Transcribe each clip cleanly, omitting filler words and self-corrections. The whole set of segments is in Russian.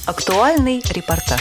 Актуальный репортаж.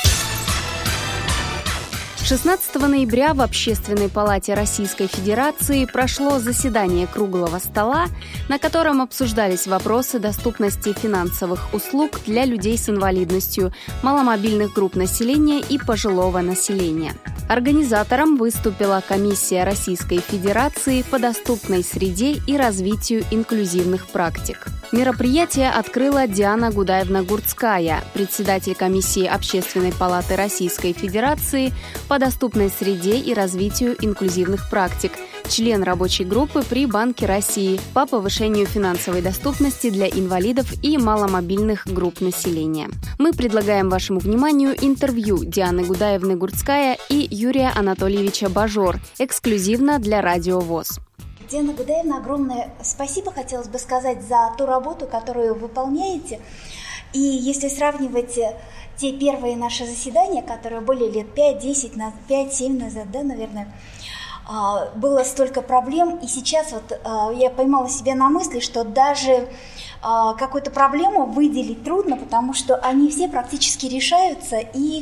16 ноября в Общественной палате Российской Федерации прошло заседание круглого стола, на котором обсуждались вопросы доступности финансовых услуг для людей с инвалидностью, маломобильных групп населения и пожилого населения. Организатором выступила Комиссия Российской Федерации по доступной среде и развитию инклюзивных практик. Мероприятие открыла Диана Гудаевна-Гурцкая, председатель Комиссии Общественной палаты Российской Федерации по доступной среде и развитию инклюзивных практик, член рабочей группы при Банке России по повышению финансовой доступности для инвалидов и маломобильных групп населения. Мы предлагаем вашему вниманию интервью Дианы Гудаевны-Гурцкая и Юрия Анатольевича Бажор, эксклюзивно для Радио ВОС. Диана Гудаевна, огромное спасибо хотелось бы сказать за ту работу, которую вы выполняете. И если сравнивать те первые наши заседания, которые были лет 5-7 назад, да, наверное, было столько проблем, и сейчас вот я поймала себя на мысли, что даже какую-то проблему выделить трудно, потому что они все практически решаются, и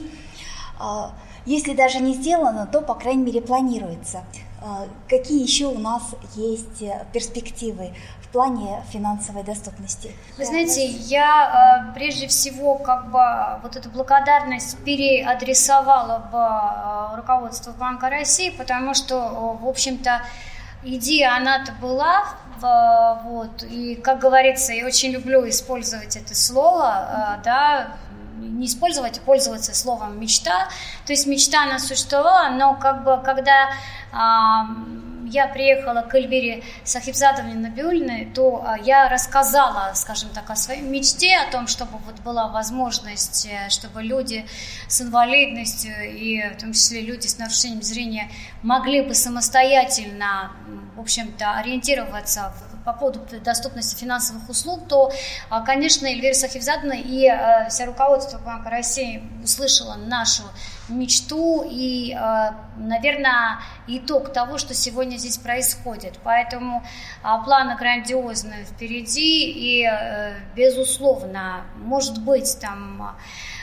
если даже не сделано, то, по крайней мере, планируется. Какие еще у нас есть перспективы в плане финансовой доступности? Вы знаете, я прежде всего вот эту благодарность переадресовала в руководство Банка России, потому что, в общем-то, идея она-то была, и, как говорится, я очень люблю использовать это слово, не использовать, а пользоваться словом «мечта». То есть мечта, она существовала, но когда я приехала к Эльвире Сахибзадовне Набиуллиной, то я рассказала, скажем так, о своей мечте, о том, чтобы вот была возможность, чтобы люди с инвалидностью и в том числе люди с нарушением зрения могли бы самостоятельно, в общем-то, ориентироваться по поводу доступности финансовых услуг, то, конечно, Эльвира Сахибзадовна и вся руководство Банка России услышала нашу мечту и, наверное, итог того, что сегодня здесь происходит. Поэтому планы грандиозные впереди, и, безусловно, может быть, там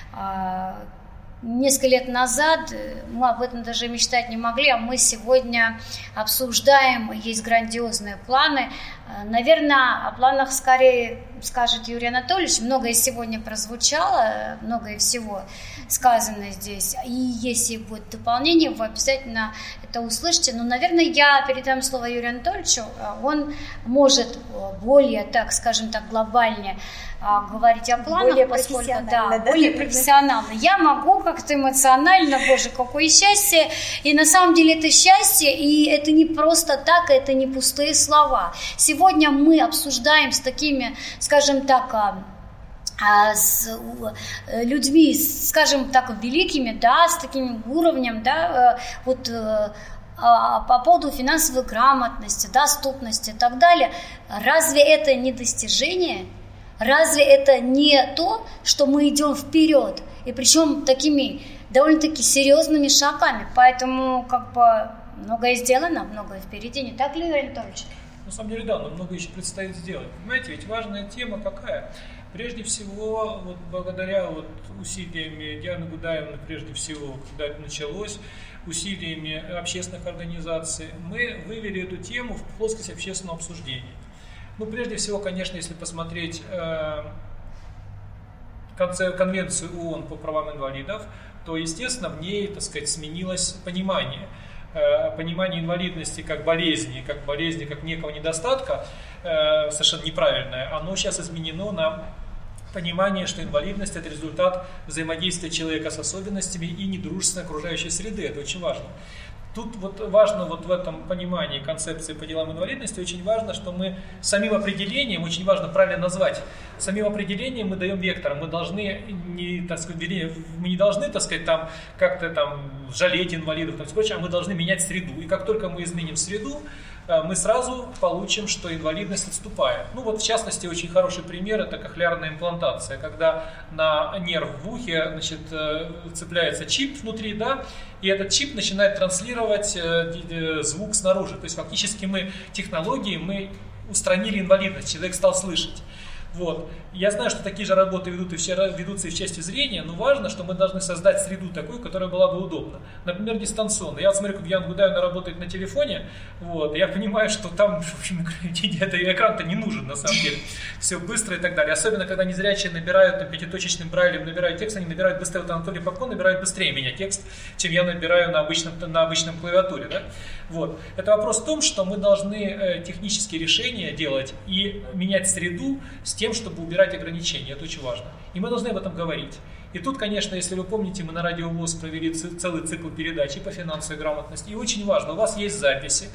несколько лет назад мы об этом даже мечтать не могли, а мы сегодня обсуждаем, есть грандиозные планы. Наверное, о планах скорее скажет Юрий Анатольевич. Многое сегодня прозвучало, многое всего сказано здесь. И если будет дополнение, вы обязательно это услышите. Но, наверное, я передам слово Юрию Анатольевичу. Он может более, так скажем так, глобальнее говорить о планах, более поскольку профессионально, более профессионально. Я могу как-то эмоционально, боже, какое счастье. И на самом деле это счастье, и это не просто так, это не пустые слова. Сегодня мы обсуждаем с такими, скажем так, с людьми, скажем так, великими, да, с таким уровнем, да, по поводу финансовой грамотности, доступности и так далее. Разве это не достижение? Разве это не то, что мы идем вперед? И причем такими довольно-таки серьезными шагами. Поэтому многое сделано, многое впереди. Не так ли, Юрий Анатольевич? На самом деле, да, но много еще предстоит сделать. Понимаете, ведь важная тема какая? Прежде всего, благодаря усилиями Дианы Гудаевны, прежде всего, когда это началось, усилиями общественных организаций, мы вывели эту тему в плоскость общественного обсуждения. Прежде всего, конечно, если посмотреть Конвенцию ООН по правам инвалидов, то, естественно, в ней, сменилось понимание инвалидности как болезни, как некого недостатка, совершенно неправильное. Оно сейчас изменено на понимание, что инвалидность – это результат взаимодействия человека с особенностями и недружественной окружающей среды. Это очень важно. Тут важно в этом понимании концепции по делам инвалидности, очень важно, что мы самим определением, очень важно правильно назвать, самим определением мы даем вектор. Мы не должны, как-то жалеть инвалидов, а мы должны менять среду. И как только мы изменим среду, мы сразу получим, что инвалидность отступает. В частности, очень хороший пример – это кохлеарная имплантация, когда на нерв в ухе цепляется чип внутри, да, и этот чип начинает транслировать звук снаружи. То есть фактически мы устранили инвалидность, человек стал слышать. Вот. Я знаю, что такие же работы ведутся и в части зрения, но важно, что мы должны создать среду такую, которая была бы удобна. Например, дистанционно. Я вот смотрю, как Ян Гудай, она работает на телефоне, вот, я понимаю, что там, в общем, экран-то не нужен, на самом деле. Все быстро и так далее. Особенно, когда незрячие набирают там, пятиточечным брайлем, набирают текст, они набирают быстрее. Вот Анатолий Попко набирает быстрее меня текст, чем я набираю на обычном клавиатуре. Да? Вот. Это вопрос в том, что мы должны технические решения делать и менять среду с тем, чтобы убирать ограничения. Это очень важно. И мы должны об этом говорить. И тут, конечно, если вы помните, мы на Радио ВОС провели целый цикл передач и по финансовой грамотности. И очень важно, у вас есть записи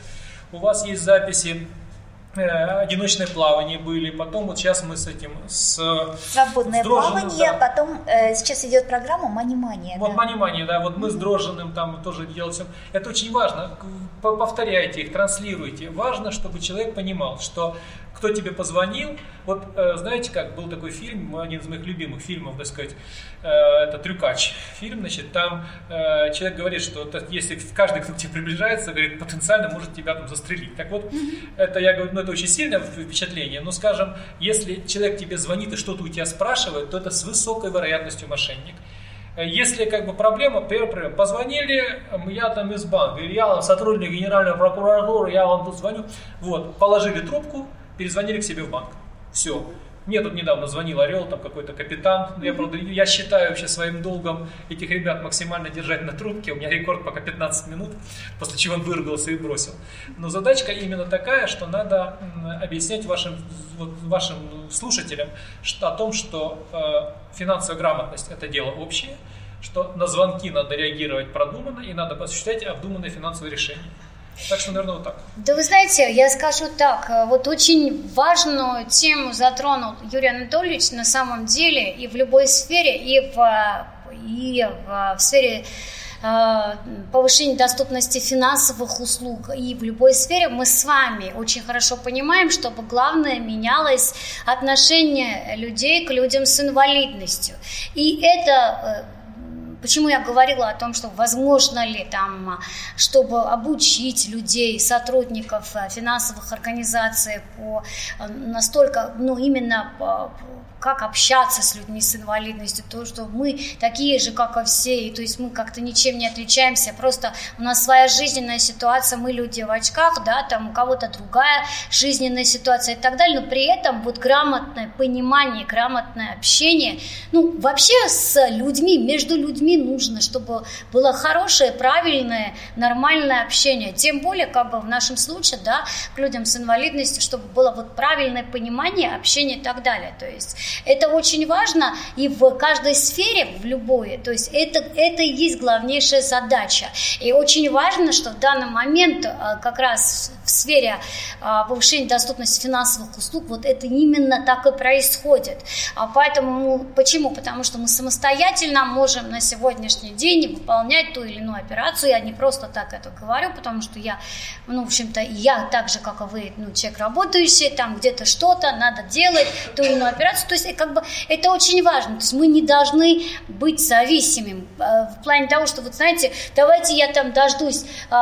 одиночное плавание были, потом вот сейчас мы с этим свободное плавание, да. Потом сейчас идет программа «Мани-мания». Вот «Мани-мания», да, вот мы с Дрожжиным там тоже делаем все. Это очень важно, повторяйте их, транслируйте. Важно, чтобы человек понимал, что кто тебе позвонил, вот знаете, как был такой фильм, один из моих любимых фильмов, так сказать, это «Трюкач» фильм, значит, там человек говорит, что если каждый, кто к тебе приближается, говорит, потенциально может тебя там застрелить. Так вот, это я говорю, это очень сильное впечатление, но, скажем, если человек тебе звонит и что-то у тебя спрашивает, то это с высокой вероятностью мошенник. Если как бы проблема, позвонили, я там из банка, или я вам сотрудник Генеральной прокуратуры, я вам тут звоню, вот, положили трубку, перезвонили к себе в банк. Все. Мне тут недавно звонил Орел, там какой-то капитан. Я считаю вообще своим долгом этих ребят максимально держать на трубке. У меня рекорд пока 15 минут, после чего он выругался и бросил. Но задачка именно такая, что надо объяснять вашим слушателям о том, что финансовая грамотность – это дело общее, что на звонки надо реагировать продуманно и надо осуществлять обдуманные финансовые решения. Так что, наверное, вот так. Да вы знаете, я скажу так, вот очень важную тему затронул Юрий Анатольевич на самом деле и в любой сфере, и в сфере повышения доступности финансовых услуг, и в любой сфере мы с вами очень хорошо понимаем, чтобы главное менялось отношение людей к людям с инвалидностью. И это... Почему я говорила о том, что возможно ли там, чтобы обучить людей, сотрудников финансовых организаций настолько, именно как общаться с людьми с инвалидностью, то, что мы такие же, как и все, и то есть мы как-то ничем не отличаемся, просто у нас своя жизненная ситуация, мы люди в очках, да, там у кого-то другая жизненная ситуация и так далее, но при этом вот грамотное понимание, грамотное общение, вообще с людьми, между людьми нужно, чтобы было хорошее, правильное, нормальное общение, тем более, как бы в нашем случае, да, к людям с инвалидностью, чтобы было вот правильное понимание, общение и так далее, то есть это очень важно и в каждой сфере, в любой, то есть это и есть главнейшая задача. И очень важно, что в данный момент как раз в сфере повышения доступности финансовых услуг вот это именно так и происходит. Поэтому, почему? Потому что мы самостоятельно можем на сегодняшний день выполнять ту или иную операцию. Я не просто так это говорю, потому что я, в общем-то, я так же, как и вы, человек работающий, там где-то что-то надо делать, ту или иную операцию. То есть как бы это очень важно. То есть мы не должны быть зависимыми в плане того, что, вот знаете, давайте я там дождусь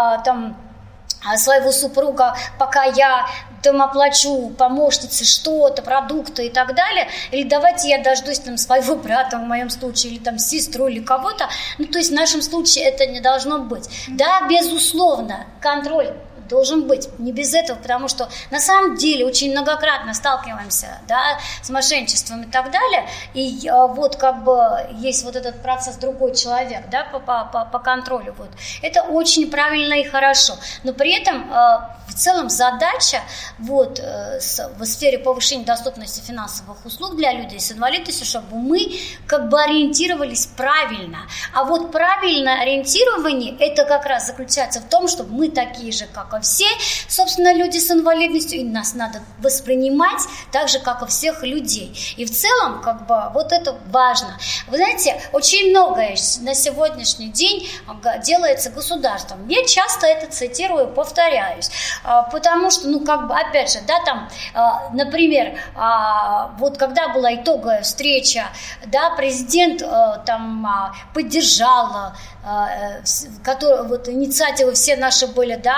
своего супруга, пока я там оплачу помощнице что-то, продукты и так далее, или давайте я дождусь там своего брата в моем случае, или там сестру, или кого-то. То есть в нашем случае это не должно быть. Да, безусловно, контроль должен быть, не без этого, потому что на самом деле очень многократно сталкиваемся, да, с мошенничеством и так далее, и вот как бы есть вот этот процесс другой человек, да, по контролю, вот. Это очень правильно и хорошо, но при этом в целом задача вот в сфере повышения доступности финансовых услуг для людей с инвалидностью, чтобы мы как бы ориентировались правильно, а вот правильное ориентирование, это как раз заключается в том, чтобы мы такие же, как и все, собственно, люди с инвалидностью, и нас надо воспринимать так же, как и всех людей. И в целом, как бы, вот это важно. Вы знаете, очень многое на сегодняшний день делается государством. Я часто это цитирую, повторяюсь, потому что, опять же, да, там, например, вот когда была итоговая встреча, да, президент там поддержал, вот инициативы все наши были, да, то есть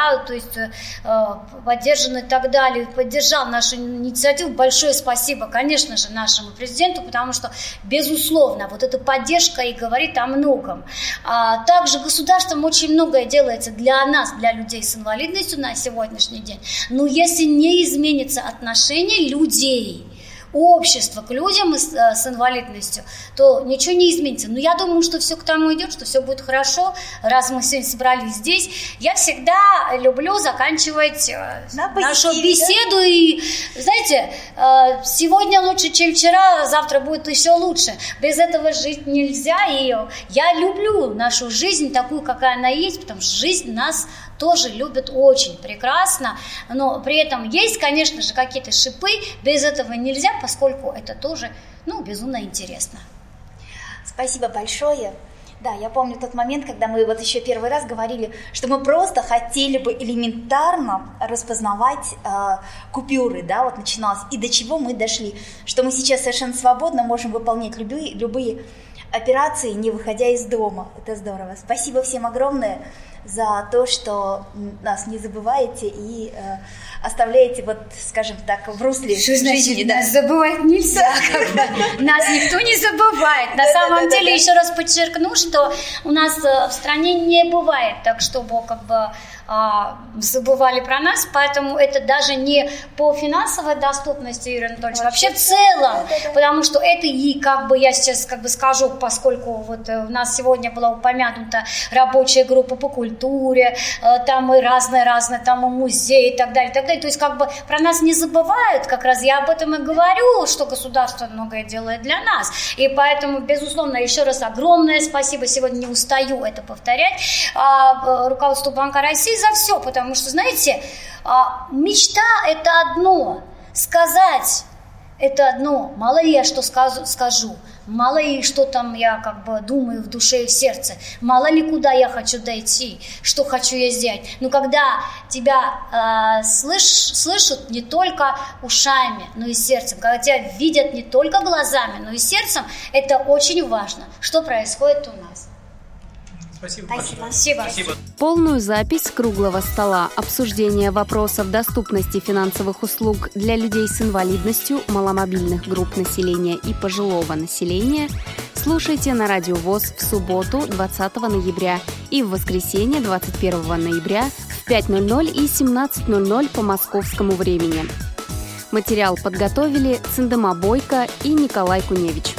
есть поддержан и так далее, поддержал нашу инициативу. Большое спасибо, конечно же, нашему президенту, потому что, безусловно, вот эта поддержка и говорит о многом. Также государством очень многое делается для нас, для людей с инвалидностью на сегодняшний день. Но если не изменится отношение людей, общество к людям с инвалидностью, то ничего не изменится. Но я думаю, что все к тому идет, что все будет хорошо, раз мы сегодня собрались здесь. Я всегда люблю заканчивать нашу беседу. Да? И, знаете, сегодня лучше, чем вчера, завтра будет еще лучше. Без этого жить нельзя. И я люблю нашу жизнь такую, какая она есть, потому что жизнь нас тоже любят очень прекрасно, но при этом есть, конечно же, какие-то шипы, без этого нельзя, поскольку это тоже, безумно интересно. Спасибо большое. Да, я помню тот момент, когда мы вот еще первый раз говорили, что мы просто хотели бы элементарно распознавать купюры, да, вот начиналось, и до чего мы дошли, что мы сейчас совершенно свободно можем выполнять любые операции, не выходя из дома. Это здорово. Спасибо всем огромное за то, что нас не забываете и оставляете, вот, скажем так, в русле что жизни. Значит, да. Нас забывать нельзя. Нас никто не забывает. На самом деле, еще раз подчеркну, что у нас в стране не бывает так, чтобы забывали про нас, поэтому это даже не по финансовой доступности, Юрий Анатольевич, вообще в целом, потому что это и, я сейчас скажу, поскольку вот у нас сегодня была упомянута рабочая группа по культуре, там и разные, там и музей и так далее, то есть про нас не забывают, как раз я об этом и говорю, что государство многое делает для нас, и поэтому, безусловно, еще раз огромное спасибо, сегодня не устаю это повторять, руководству Банка России за все, потому что, знаете, мечта – это одно, сказать – это одно, мало ли я что скажу, мало ли что там я думаю в душе и в сердце, мало ли куда я хочу дойти, что хочу я сделать. Но когда тебя слышат не только ушами, но и сердцем, когда тебя видят не только глазами, но и сердцем, это очень важно, что происходит у нас. Спасибо. Спасибо. Полную запись круглого стола обсуждения вопросов доступности финансовых услуг для людей с инвалидностью, маломобильных групп населения и пожилого населения слушайте на Радио ВОС в субботу 20 ноября и в воскресенье 21 ноября в 5:00 и 17:00 по московскому времени. Материал подготовили Циндема Бойко и Николай Куневич.